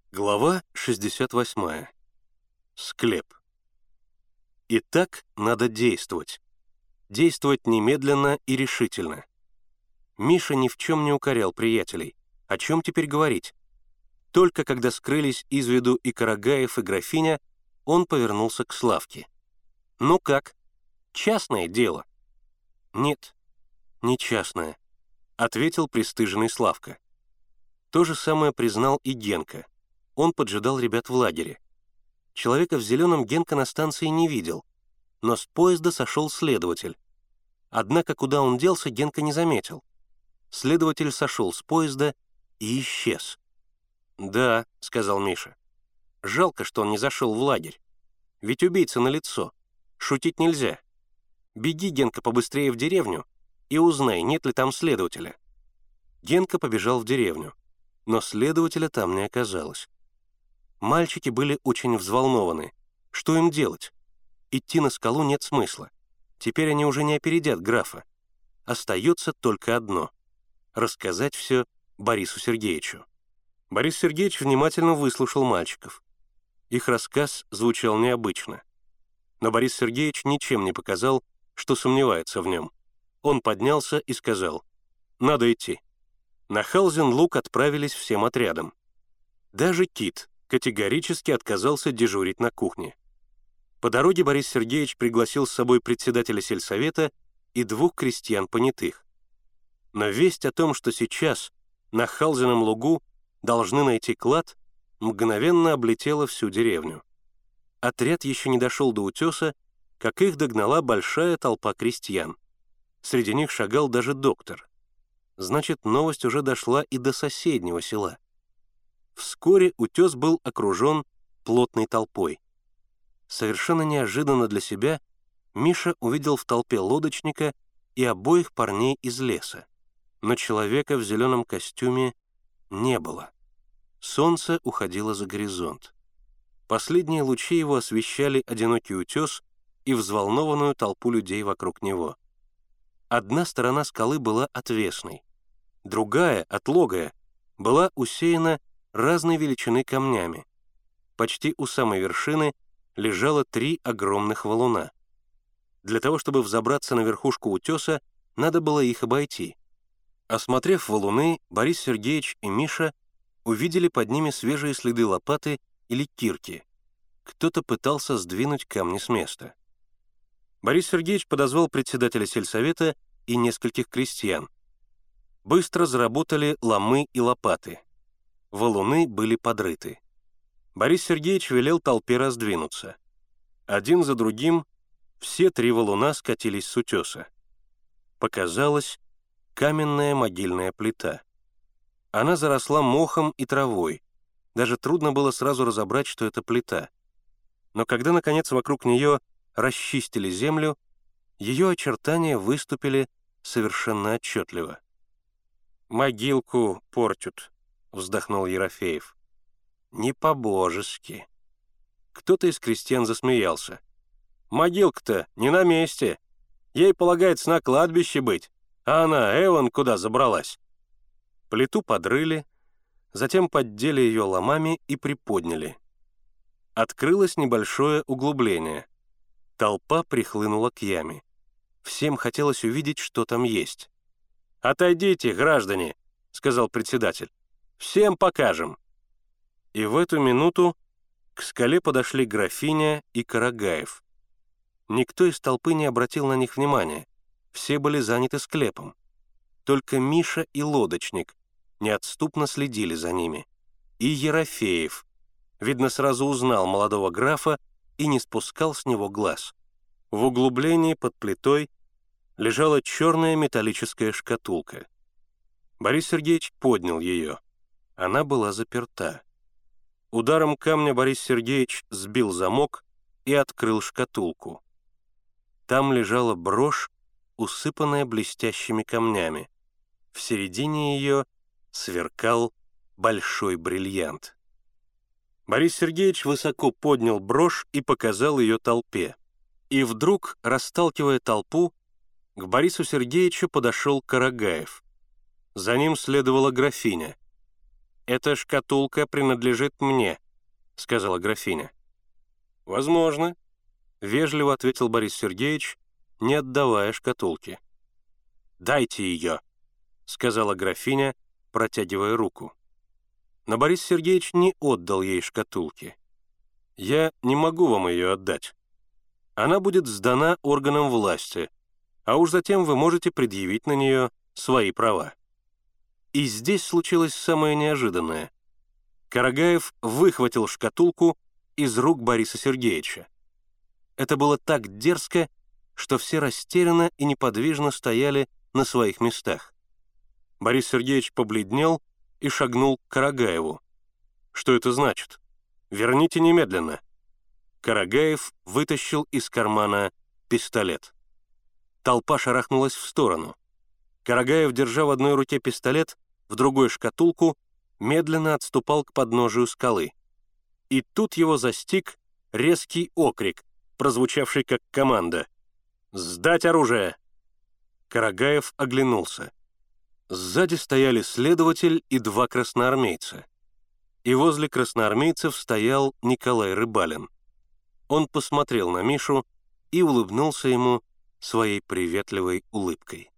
Глава 68. Склеп. Итак, надо действовать. Действовать немедленно и решительно. Миша ни в чем не укорял приятелей. О чем теперь говорить? Только когда скрылись из виду и Карагаев, и графиня, он повернулся к Славке. «Ну как? Частное дело?» «Нет, не частное», — ответил пристыженный Славка. То же самое признал и Генка. Он поджидал ребят в лагере. Человека в зеленом Генка на станции не видел, но с поезда сошел следователь. Однако куда он делся, Генка не заметил. Следователь сошел с поезда и исчез. «Да», — сказал Миша, — «жалко, что он не зашел в лагерь. Ведь убийца налицо. Шутить нельзя. Беги, Генка, побыстрее в деревню и узнай, нет ли там следователя». Генка побежал в деревню, но следователя там не оказалось. Мальчики были очень взволнованы. Что им делать? Идти на скалу нет смысла. Теперь они уже не опередят графа. Остается только одно — рассказать все Борису Сергеевичу. Борис Сергеевич внимательно выслушал мальчиков. Их рассказ звучал необычно. Но Борис Сергеевич ничем не показал, что сомневается в нем. Он поднялся и сказал: «Надо идти». На Халзен-Луг отправились всем отрядом. Даже Кит категорически отказался дежурить на кухне. По дороге Борис Сергеевич пригласил с собой председателя сельсовета и 2 крестьян-понятых. Но весть о том, что сейчас на Халзеном лугу должны найти клад, мгновенно облетела всю деревню. Отряд еще не дошел до утеса, как их догнала большая толпа крестьян. Среди них шагал даже доктор. Значит, новость уже дошла и до соседнего села. Вскоре утес был окружен плотной толпой. Совершенно неожиданно для себя Миша увидел в толпе лодочника и обоих парней из леса. Но человека в зеленом костюме не было. Солнце уходило за горизонт. Последние лучи его освещали одинокий утес и взволнованную толпу людей вокруг него. Одна сторона скалы была отвесной, другая, отлогая, была усеяна разной величины камнями. Почти у самой вершины лежало 3 огромных валуна. Для того, чтобы взобраться на верхушку утеса, надо было их обойти. Осмотрев валуны, Борис Сергеевич и Миша увидели под ними свежие следы лопаты или кирки. Кто-то пытался сдвинуть камни с места. Борис Сергеевич подозвал председателя сельсовета и нескольких крестьян. Быстро заработали ломы и лопаты. Валуны были подрыты. Борис Сергеевич велел толпе раздвинуться. Один за другим все 3 валуна скатились с утеса. Показалась каменная могильная плита. Она заросла мохом и травой. Даже трудно было сразу разобрать, что это плита. Но когда, наконец, вокруг нее расчистили землю, ее очертания выступили совершенно отчетливо. «Могилку портят», — вздохнул Ерофеев. «Не по-божески». Кто-то из крестьян засмеялся. «Могилка-то не на месте. Ей полагается на кладбище быть, а она, Эван, куда забралась?» Плиту подрыли, затем поддели ее ломами и приподняли. Открылось небольшое углубление. Толпа прихлынула к яме. Всем хотелось увидеть, что там есть. «Отойдите, граждане», — сказал председатель. «Всем покажем». И в эту минуту к скале подошли графиня и Карагаев. Никто из толпы не обратил на них внимания. Все были заняты склепом. Только Миша и лодочник неотступно следили за ними. И Ерофеев, видно, сразу узнал молодого графа и не спускал с него глаз. В углублении под плитой лежала черная металлическая шкатулка. Борис Сергеевич поднял ее. Она была заперта. Ударом камня Борис Сергеевич сбил замок и открыл шкатулку. Там лежала брошь, усыпанная блестящими камнями. В середине ее сверкал большой бриллиант. Борис Сергеевич высоко поднял брошь и показал ее толпе. И вдруг, расталкивая толпу, к Борису Сергеевичу подошел Карагаев. За ним следовала графиня. «Эта шкатулка принадлежит мне», — сказала графиня. «Возможно», — вежливо ответил Борис Сергеевич, не отдавая шкатулки. «Дайте ее», — сказала графиня, протягивая руку. Но Борис Сергеевич не отдал ей шкатулки. «Я не могу вам ее отдать. Она будет сдана органам власти, а уж затем вы можете предъявить на нее свои права». И здесь случилось самое неожиданное. Карагаев выхватил шкатулку из рук Бориса Сергеевича. Это было так дерзко, что все растерянно и неподвижно стояли на своих местах. Борис Сергеевич побледнел и шагнул к Карагаеву. «Что это значит? Верните немедленно». Карагаев вытащил из кармана пистолет. Толпа шарахнулась в сторону. Карагаев, держа в одной руке пистолет, в другой шкатулку, медленно отступал к подножию скалы. И тут его застиг резкий окрик, прозвучавший как команда: «Сдать оружие!» Карагаев оглянулся. Сзади стояли следователь и два красноармейца. И возле красноармейцев стоял Николай Рыбалин. Он посмотрел на Мишу и улыбнулся ему своей приветливой улыбкой.